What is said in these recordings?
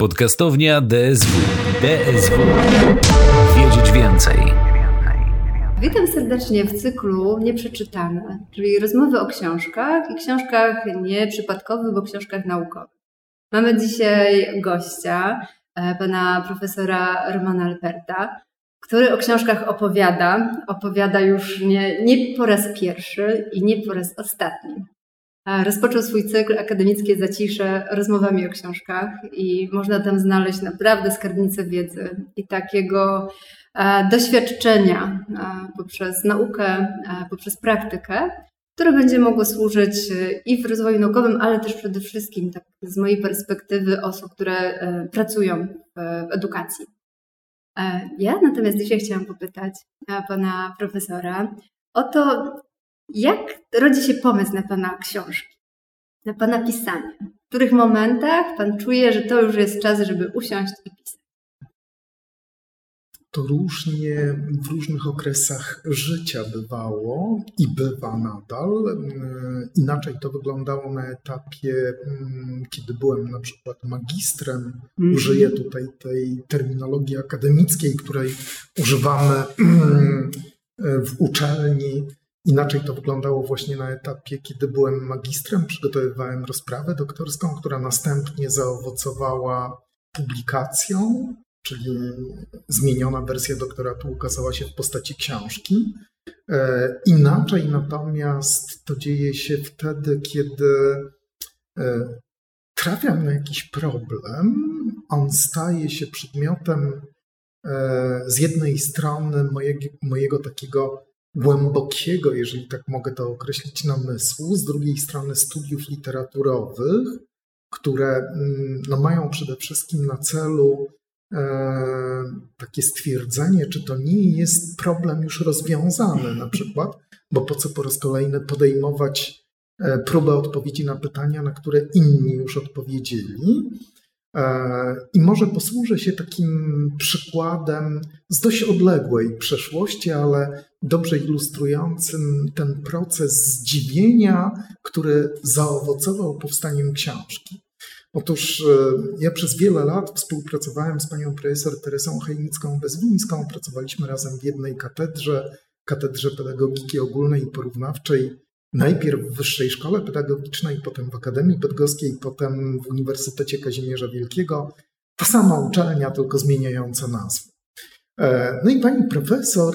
Podcastownia DSW. Wiedzieć więcej. Witam serdecznie w cyklu Nieprzeczytane, czyli rozmowy o książkach i książkach nieprzypadkowych, bo książkach naukowych. Mamy dzisiaj gościa, pana profesora Romana Alperta, który o książkach opowiada już nie po raz pierwszy i nie po raz ostatni. Rozpoczął swój cykl Akademickie Zacisze rozmowami o książkach i można tam znaleźć naprawdę skarbnicę wiedzy i takiego doświadczenia poprzez naukę, poprzez praktykę, które będzie mogło służyć i w rozwoju naukowym, ale też przede wszystkim tak z mojej perspektywy osób, które pracują w edukacji. Ja natomiast dzisiaj chciałam popytać pana profesora o to, jak rodzi się pomysł na pana książki, na pana pisanie? W których momentach pan czuje, że to już jest czas, żeby usiąść i pisać? To różnie w różnych okresach życia bywało i bywa nadal. Inaczej to wyglądało na etapie, kiedy byłem na przykład magistrem. Użyję tutaj tej terminologii akademickiej, której używamy w uczelni. Inaczej to wyglądało właśnie na etapie, kiedy byłem magistrem, przygotowywałem rozprawę doktorską, która następnie zaowocowała publikacją, czyli zmieniona wersja doktoratu ukazała się w postaci książki. Inaczej natomiast to dzieje się wtedy, kiedy trafiam na jakiś problem, on staje się przedmiotem z jednej strony mojego takiego głębokiego, jeżeli tak mogę to określić, namysłu, z drugiej strony studiów literaturowych, które mają przede wszystkim na celu takie stwierdzenie, czy to nie jest problem już rozwiązany na przykład, bo po co po raz kolejny podejmować próbę odpowiedzi na pytania, na które inni już odpowiedzieli. I może posłużę się takim przykładem z dość odległej przeszłości, ale dobrze ilustrującym ten proces zdziwienia, który zaowocował powstaniem książki. Otóż ja przez wiele lat współpracowałem z panią profesor Teresą Chojnicką-Bezwińską. Pracowaliśmy razem w jednej katedrze pedagogiki ogólnej i porównawczej. Najpierw w Wyższej Szkole Pedagogicznej, potem w Akademii Bydgoskiej, potem w Uniwersytecie Kazimierza Wielkiego. Ta sama uczelnia, tylko zmieniająca nazwę. No i pani profesor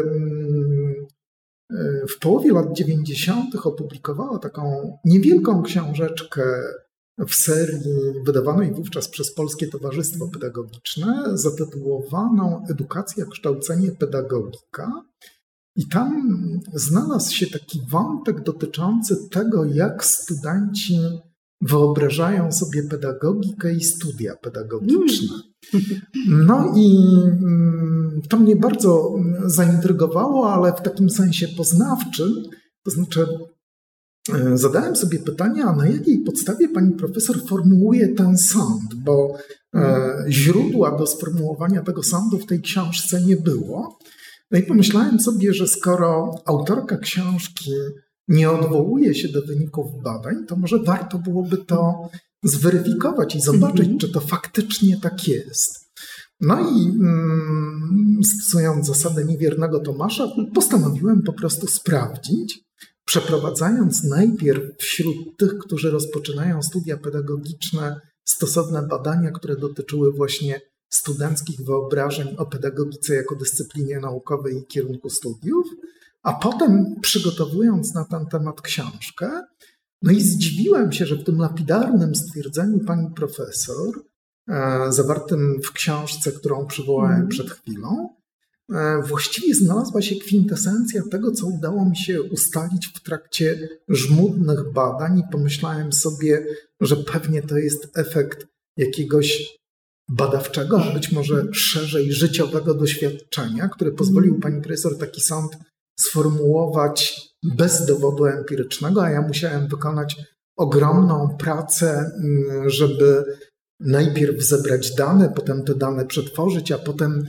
w połowie lat 90. opublikowała taką niewielką książeczkę w serii wydawanej wówczas przez Polskie Towarzystwo Pedagogiczne, zatytułowaną Edukacja, kształcenie, pedagogika. I tam znalazł się taki wątek dotyczący tego, jak studenci wyobrażają sobie pedagogikę i studia pedagogiczne. No i to mnie bardzo zaintrygowało, ale w takim sensie poznawczym, to znaczy zadałem sobie pytanie, a na jakiej podstawie pani profesor formułuje ten sąd, bo źródła do sformułowania tego sądu w tej książce nie było. No i pomyślałem sobie, że skoro autorka książki nie odwołuje się do wyników badań, to może warto byłoby to zweryfikować i zobaczyć, czy to faktycznie tak jest. No i stosując zasadę niewiernego Tomasza, postanowiłem po prostu sprawdzić, przeprowadzając najpierw wśród tych, którzy rozpoczynają studia pedagogiczne, stosowne badania, które dotyczyły właśnie studenckich wyobrażeń o pedagogice jako dyscyplinie naukowej i kierunku studiów, a potem przygotowując na ten temat książkę, no i zdziwiłem się, że w tym lapidarnym stwierdzeniu pani profesor, zawartym w książce, którą przywołałem przed chwilą, właściwie znalazła się kwintesencja tego, co udało mi się ustalić w trakcie żmudnych badań i pomyślałem sobie, że pewnie to jest efekt jakiegoś badawczego, a być może szerzej życiowego doświadczenia, które pozwolił pani profesor taki sąd sformułować bez dowodu empirycznego, a ja musiałem wykonać ogromną pracę, żeby najpierw zebrać dane, potem te dane przetworzyć, a potem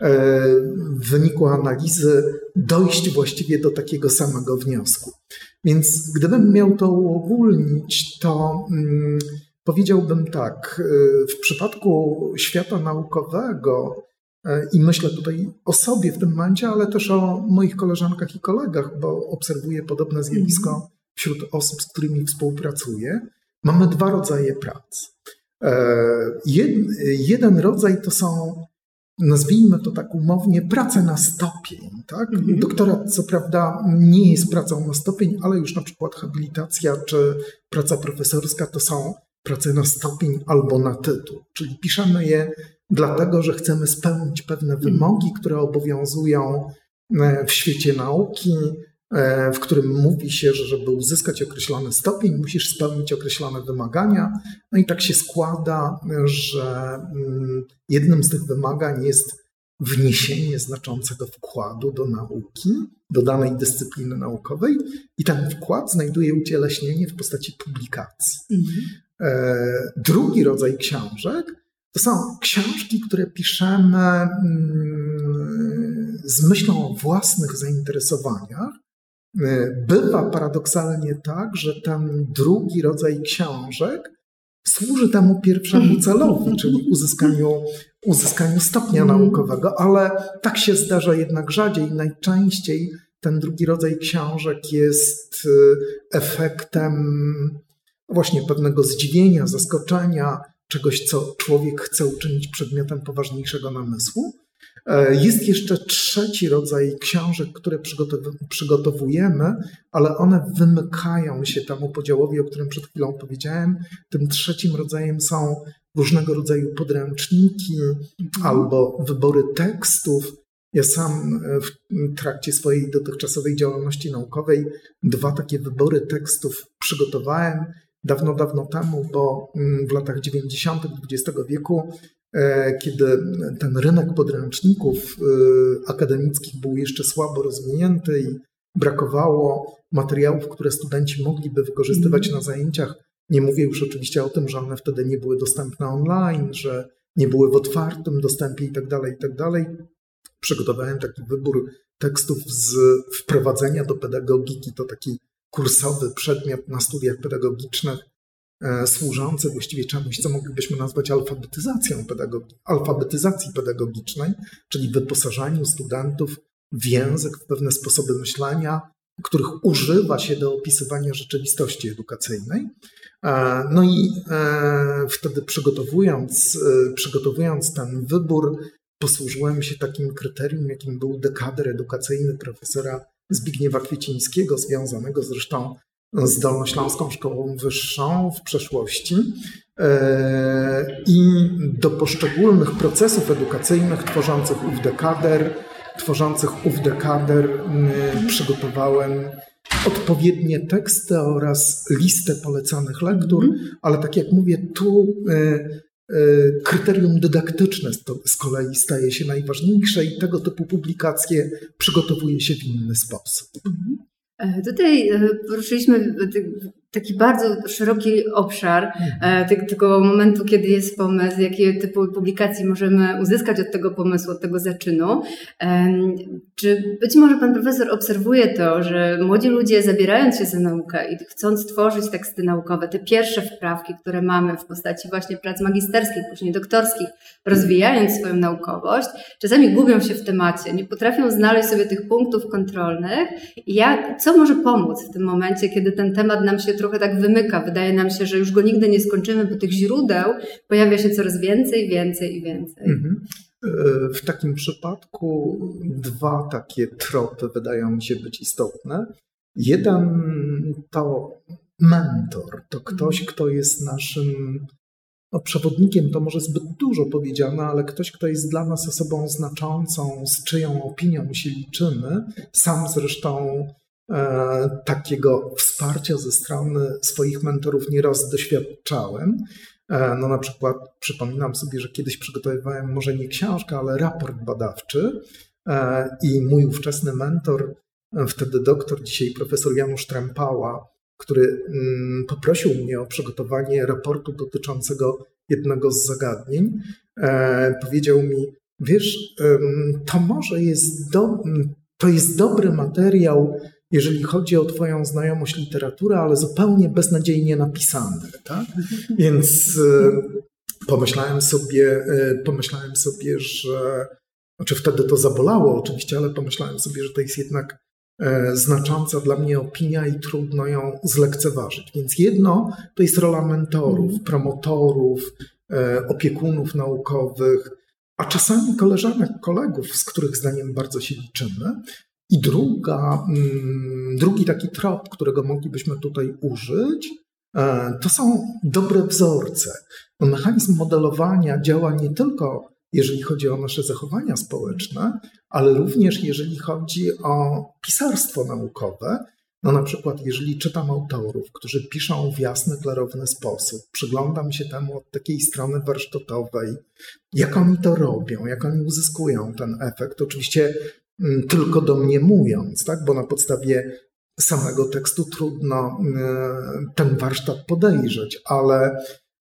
w wyniku analizy dojść właściwie do takiego samego wniosku. Więc gdybym miał to uogólnić, to Powiedziałbym tak, w przypadku świata naukowego i myślę tutaj o sobie w tym momencie, ale też o moich koleżankach i kolegach, bo obserwuję podobne zjawisko wśród osób, z którymi współpracuję, mamy 2 rodzaje prac. Jeden rodzaj to są, nazwijmy to tak umownie, prace na stopień. Tak? Doktorat co prawda nie jest pracą na stopień, ale już na przykład habilitacja czy praca profesorska to są prace na stopień albo na tytuł. Czyli piszemy je dlatego, że chcemy spełnić pewne wymogi, które obowiązują w świecie nauki, w którym mówi się, że żeby uzyskać określony stopień, musisz spełnić określone wymagania. No i tak się składa, że jednym z tych wymagań jest wniesienie znaczącego wkładu do nauki, do danej dyscypliny naukowej i ten wkład znajduje ucieleśnienie w postaci publikacji. Drugi rodzaj książek to są książki, które piszemy z myślą o własnych zainteresowaniach. Bywa paradoksalnie tak, że ten drugi rodzaj książek służy temu pierwszemu celowi, czyli uzyskaniu stopnia naukowego, ale tak się zdarza jednak rzadziej. Najczęściej ten drugi rodzaj książek jest efektem właśnie pewnego zdziwienia, zaskoczenia, czegoś, co człowiek chce uczynić przedmiotem poważniejszego namysłu. Jest jeszcze trzeci rodzaj książek, które przygotowujemy, ale one wymykają się temu podziałowi, o którym przed chwilą powiedziałem. Tym trzecim rodzajem są różnego rodzaju podręczniki albo wybory tekstów. Ja sam w trakcie swojej dotychczasowej działalności naukowej 2 takie wybory tekstów przygotowałem dawno temu, bo w latach 90. XX wieku, kiedy ten rynek podręczników akademickich był jeszcze słabo rozwinięty i brakowało materiałów, które studenci mogliby wykorzystywać na zajęciach. Nie mówię już oczywiście o tym, że one wtedy nie były dostępne online, że nie były w otwartym dostępie itd. Przygotowałem taki wybór tekstów z wprowadzenia do pedagogiki. To taki kursowy przedmiot na studiach pedagogicznych, służący właściwie czemuś, co moglibyśmy nazwać alfabetyzacji pedagogicznej, czyli wyposażaniu studentów w język, w pewne sposoby myślenia, których używa się do opisywania rzeczywistości edukacyjnej. No i wtedy przygotowując ten wybór, posłużyłem się takim kryterium, jakim był dekader edukacyjny profesora Zbigniewa Kwiecińskiego, związanego zresztą z Dolnośląską Szkołą Wyższą w przeszłości. I do poszczególnych procesów edukacyjnych tworzących ów dekader przygotowałem odpowiednie teksty oraz listę polecanych lektur, ale tak jak mówię, tu kryterium dydaktyczne z kolei staje się najważniejsze i tego typu publikacje przygotowuje się w inny sposób. Tutaj poruszyliśmy taki bardzo szeroki obszar tego momentu, kiedy jest pomysł, jakie typu publikacji możemy uzyskać od tego pomysłu, od tego zaczynu. Czy być może pan profesor obserwuje to, że młodzi ludzie zabierając się za naukę i chcąc tworzyć teksty naukowe, te pierwsze wprawki, które mamy w postaci właśnie prac magisterskich, później doktorskich, rozwijając swoją naukowość, czasami gubią się w temacie, nie potrafią znaleźć sobie tych punktów kontrolnych. Co może pomóc w tym momencie, kiedy ten temat nam się trochę tak wymyka? Wydaje nam się, że już go nigdy nie skończymy, bo tych źródeł pojawia się coraz więcej. W takim przypadku 2 takie tropy wydają mi się być istotne. Jeden to mentor, to ktoś, kto jest naszym przewodnikiem, to może zbyt dużo powiedziane, ale ktoś, kto jest dla nas osobą znaczącą, z czyją opinią się liczymy. Sam zresztą takiego wsparcia ze strony swoich mentorów nieraz doświadczałem. No na przykład przypominam sobie, że kiedyś przygotowywałem może nie książkę, ale raport badawczy i mój ówczesny mentor, wtedy doktor, dzisiaj profesor Janusz Trempała, który poprosił mnie o przygotowanie raportu dotyczącego jednego z zagadnień, powiedział mi: wiesz, to może to jest dobry materiał jeżeli chodzi o twoją znajomość literatury, ale zupełnie beznadziejnie napisane, tak? Więc pomyślałem sobie, że, znaczy wtedy to zabolało oczywiście, ale pomyślałem sobie, że to jest jednak znacząca dla mnie opinia i trudno ją zlekceważyć. Więc jedno to jest rola mentorów, promotorów, opiekunów naukowych, a czasami koleżanek, kolegów, z których zdaniem bardzo się liczymy. I drugi taki trop, którego moglibyśmy tutaj użyć, to są dobre wzorce. Mechanizm modelowania działa nie tylko jeżeli chodzi o nasze zachowania społeczne, ale również jeżeli chodzi o pisarstwo naukowe. No na przykład jeżeli czytam autorów, którzy piszą w jasny, klarowny sposób, przyglądam się temu od takiej strony warsztatowej, jak oni to robią, jak oni uzyskują ten efekt, oczywiście tylko domniemując, tak? Bo na podstawie samego tekstu trudno ten warsztat podejrzeć, ale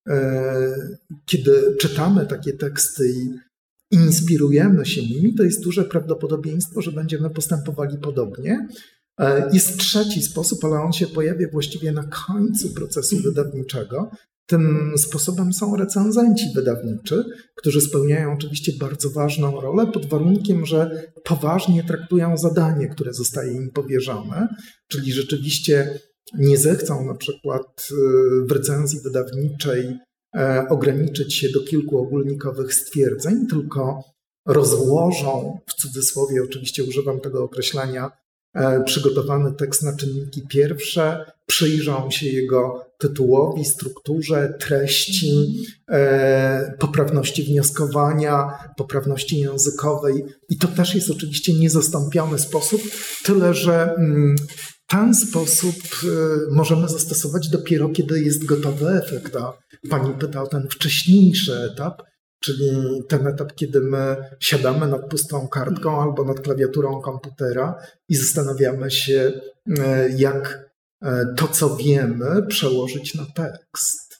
kiedy czytamy takie teksty i inspirujemy się nimi, to jest duże prawdopodobieństwo, że będziemy postępowali podobnie. Jest trzeci sposób, ale on się pojawia właściwie na końcu procesu wydawniczego. Tym sposobem są recenzenci wydawniczy, którzy spełniają oczywiście bardzo ważną rolę pod warunkiem, że poważnie traktują zadanie, które zostaje im powierzone, czyli rzeczywiście nie zechcą na przykład w recenzji wydawniczej ograniczyć się do kilku ogólnikowych stwierdzeń, tylko rozłożą, w cudzysłowie oczywiście używam tego określenia, przygotowany tekst na czynniki pierwsze, przyjrzą się jego tytułowi, strukturze, treści, poprawności wnioskowania, poprawności językowej i to też jest oczywiście niezastąpiony sposób, tyle że ten sposób możemy zastosować dopiero, kiedy jest gotowy efekt. A pani pyta o ten wcześniejszy etap, czyli ten etap, kiedy my siadamy nad pustą kartką albo nad klawiaturą komputera i zastanawiamy się, jak to, co wiemy, przełożyć na tekst.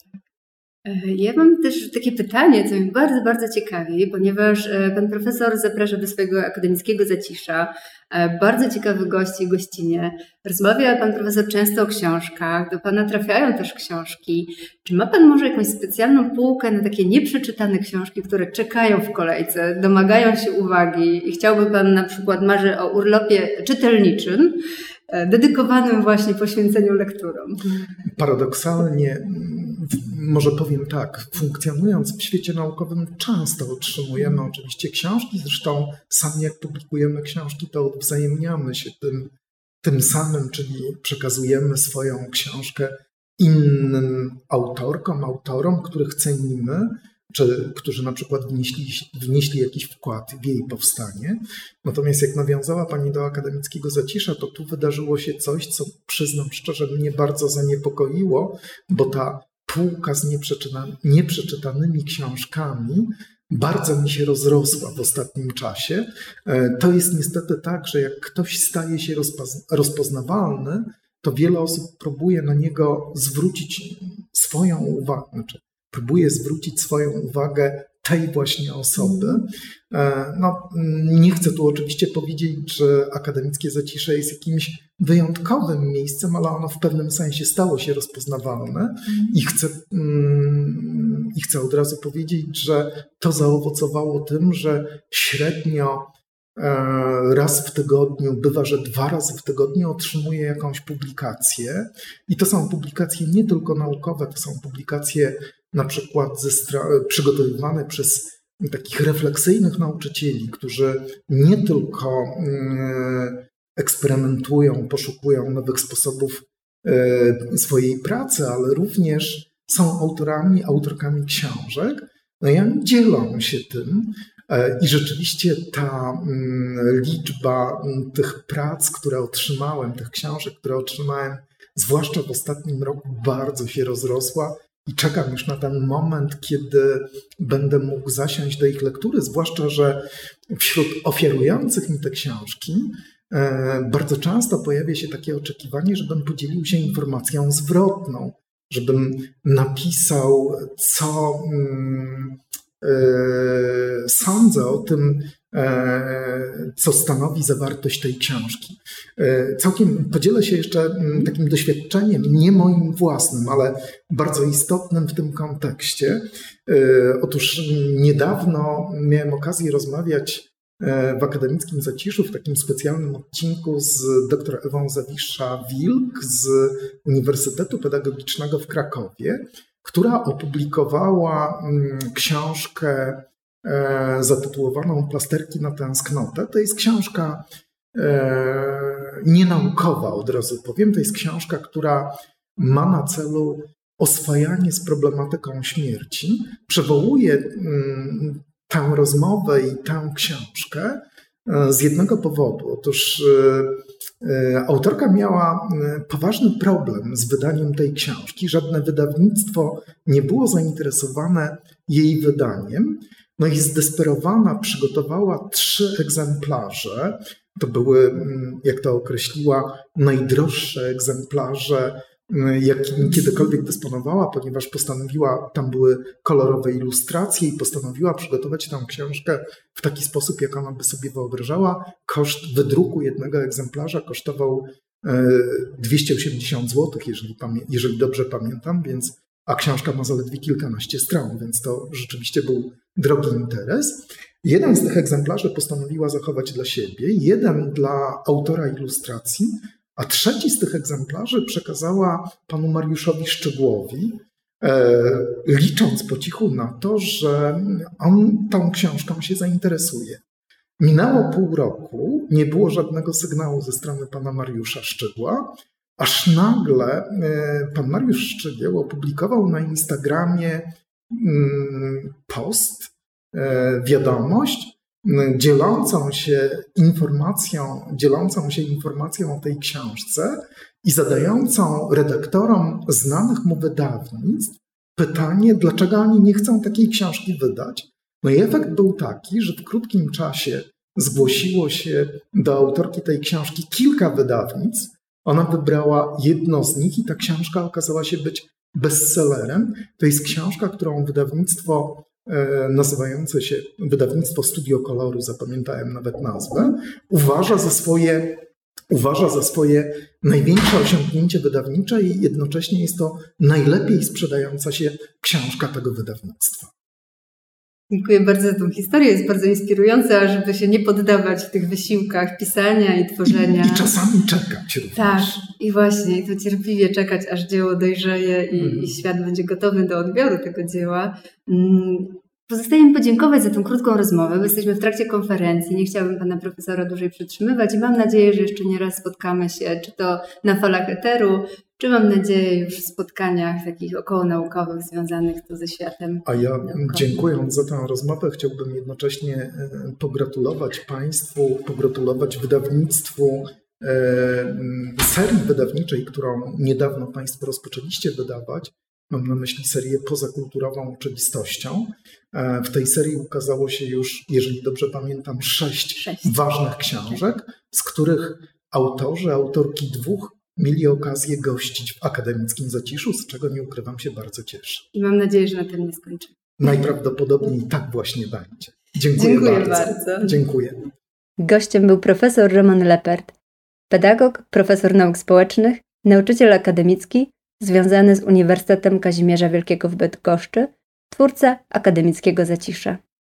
Ja mam też takie pytanie, co mnie bardzo, bardzo ciekawi, ponieważ pan profesor zaprasza do swojego akademickiego zacisza bardzo ciekawych gości i gościnie. Rozmawia pan profesor często o książkach, do pana trafiają też książki. Czy ma pan może jakąś specjalną półkę na takie nieprzeczytane książki, które czekają w kolejce, domagają się uwagi i chciałby pan na przykład marzy o urlopie czytelniczym, dedykowanym właśnie poświęceniu lekturom? Paradoksalnie, może powiem tak, funkcjonując w świecie naukowym często otrzymujemy oczywiście książki, zresztą sami jak publikujemy książki, to odwzajemniamy się tym samym, czyli przekazujemy swoją książkę innym autorom, których cenimy, czy którzy na przykład wnieśli jakiś wkład w jej powstanie. Natomiast jak nawiązała pani do akademickiego zacisza, to tu wydarzyło się coś, co przyznam szczerze mnie bardzo zaniepokoiło, bo ta półka z nieprzeczytanymi książkami bardzo mi się rozrosła w ostatnim czasie. To jest niestety tak, że jak ktoś staje się rozpoznawalny, to wiele osób próbuje na niego zwrócić swoją uwagę, próbuje zwrócić swoją uwagę tej właśnie osoby. No, nie chcę tu oczywiście powiedzieć, że akademickie zacisze jest jakimś wyjątkowym miejscem, ale ono w pewnym sensie stało się rozpoznawalne i chcę od razu powiedzieć, że to zaowocowało tym, że średnio raz w tygodniu, bywa, że 2 razy w tygodniu otrzymuję jakąś publikację i to są publikacje nie tylko naukowe, to są publikacje na przykład przygotowywane przez takich refleksyjnych nauczycieli, którzy nie tylko eksperymentują, poszukują nowych sposobów swojej pracy, ale również są autorkami książek. No i oni dzielą się tym i rzeczywiście ta liczba tych prac, które otrzymałem, tych książek, które otrzymałem, zwłaszcza w ostatnim roku, bardzo się rozrosła. I czekam już na ten moment, kiedy będę mógł zasiąść do ich lektury, zwłaszcza, że wśród ofiarujących mi te książki bardzo często pojawia się takie oczekiwanie, żebym podzielił się informacją zwrotną, żebym napisał, co sądzę o tym, co stanowi zawartość tej książki. Całkiem podzielę się jeszcze takim doświadczeniem, nie moim własnym, ale bardzo istotnym w tym kontekście. Otóż niedawno miałem okazję rozmawiać w Akademickim Zaciszu w takim specjalnym odcinku z dr Ewą Zawisza-Wilk z Uniwersytetu Pedagogicznego w Krakowie, która opublikowała książkę zatytułowaną Plasterki na tęsknotę. To jest książka nienaukowa, od razu powiem. To jest książka, która ma na celu oswajanie z problematyką śmierci. Przywołuję tę rozmowę i tę książkę z jednego powodu. Otóż autorka miała poważny problem z wydaniem tej książki. Żadne wydawnictwo nie było zainteresowane jej wydaniem. No i zdesperowana przygotowała 3 egzemplarze. To były, jak to określiła, najdroższe egzemplarze, jakimi kiedykolwiek dysponowała, ponieważ postanowiła, tam były kolorowe ilustracje i postanowiła przygotować tę książkę w taki sposób, jak ona by sobie wyobrażała. Koszt wydruku jednego egzemplarza kosztował 280 zł, jeżeli dobrze pamiętam, a książka ma zaledwie kilkanaście stron, więc to rzeczywiście był drogi interes. Jeden z tych egzemplarzy postanowiła zachować dla siebie, jeden dla autora ilustracji, a trzeci z tych egzemplarzy przekazała panu Mariuszowi Szczygłowi, licząc po cichu na to, że on tą książką się zainteresuje. Minęło pół roku, nie było żadnego sygnału ze strony pana Mariusza Szczygła, aż nagle pan Mariusz Szczygieł opublikował na Instagramie post, wiadomość, dzielącą się informacją o tej książce i zadającą redaktorom znanych mu wydawnictw pytanie, dlaczego oni nie chcą takiej książki wydać. No i efekt był taki, że w krótkim czasie zgłosiło się do autorki tej książki kilka wydawnictw. Ona wybrała jedno z nich i ta książka okazała się być bestsellerem. To jest książka, którą wydawnictwo nazywające się Wydawnictwo Studio Koloru, zapamiętałem nawet nazwę, uważa za swoje największe osiągnięcie wydawnicze i jednocześnie jest to najlepiej sprzedająca się książka tego wydawnictwa. Dziękuję bardzo za tą historię. Jest bardzo inspirująca, żeby się nie poddawać w tych wysiłkach pisania i tworzenia. I czasami czekać również. Tak, i właśnie, i to cierpliwie czekać, aż dzieło dojrzeje i świat będzie gotowy do odbioru tego dzieła. Pozostaje mi podziękować za tą krótką rozmowę, bo jesteśmy w trakcie konferencji. Nie chciałabym pana profesora dłużej przytrzymywać i mam nadzieję, że jeszcze nie raz spotkamy się, czy to na falach eteru, czy mam nadzieję już w spotkaniach takich okołonaukowych związanych tu ze światem. A ja naukowym. dziękując za tę rozmowę chciałbym jednocześnie pogratulować państwu, pogratulować wydawnictwu serii wydawniczej, którą niedawno państwo rozpoczęliście wydawać. Mam na myśli serię Pozakulturową oczywistością. W tej serii ukazało się już, jeżeli dobrze pamiętam, 6 ważnych książek, z których autorki 2 mieli okazję gościć w Akademickim Zaciszu, z czego nie ukrywam się bardzo cieszę. I mam nadzieję, że na tym nie skończymy. Najprawdopodobniej tak właśnie będzie. Dziękuję bardzo. Dziękuję. Gościem był profesor Roman Lepert, pedagog, profesor nauk społecznych, nauczyciel akademicki, związany z Uniwersytetem Kazimierza Wielkiego w Bydgoszczy, twórca Akademickiego Zacisza.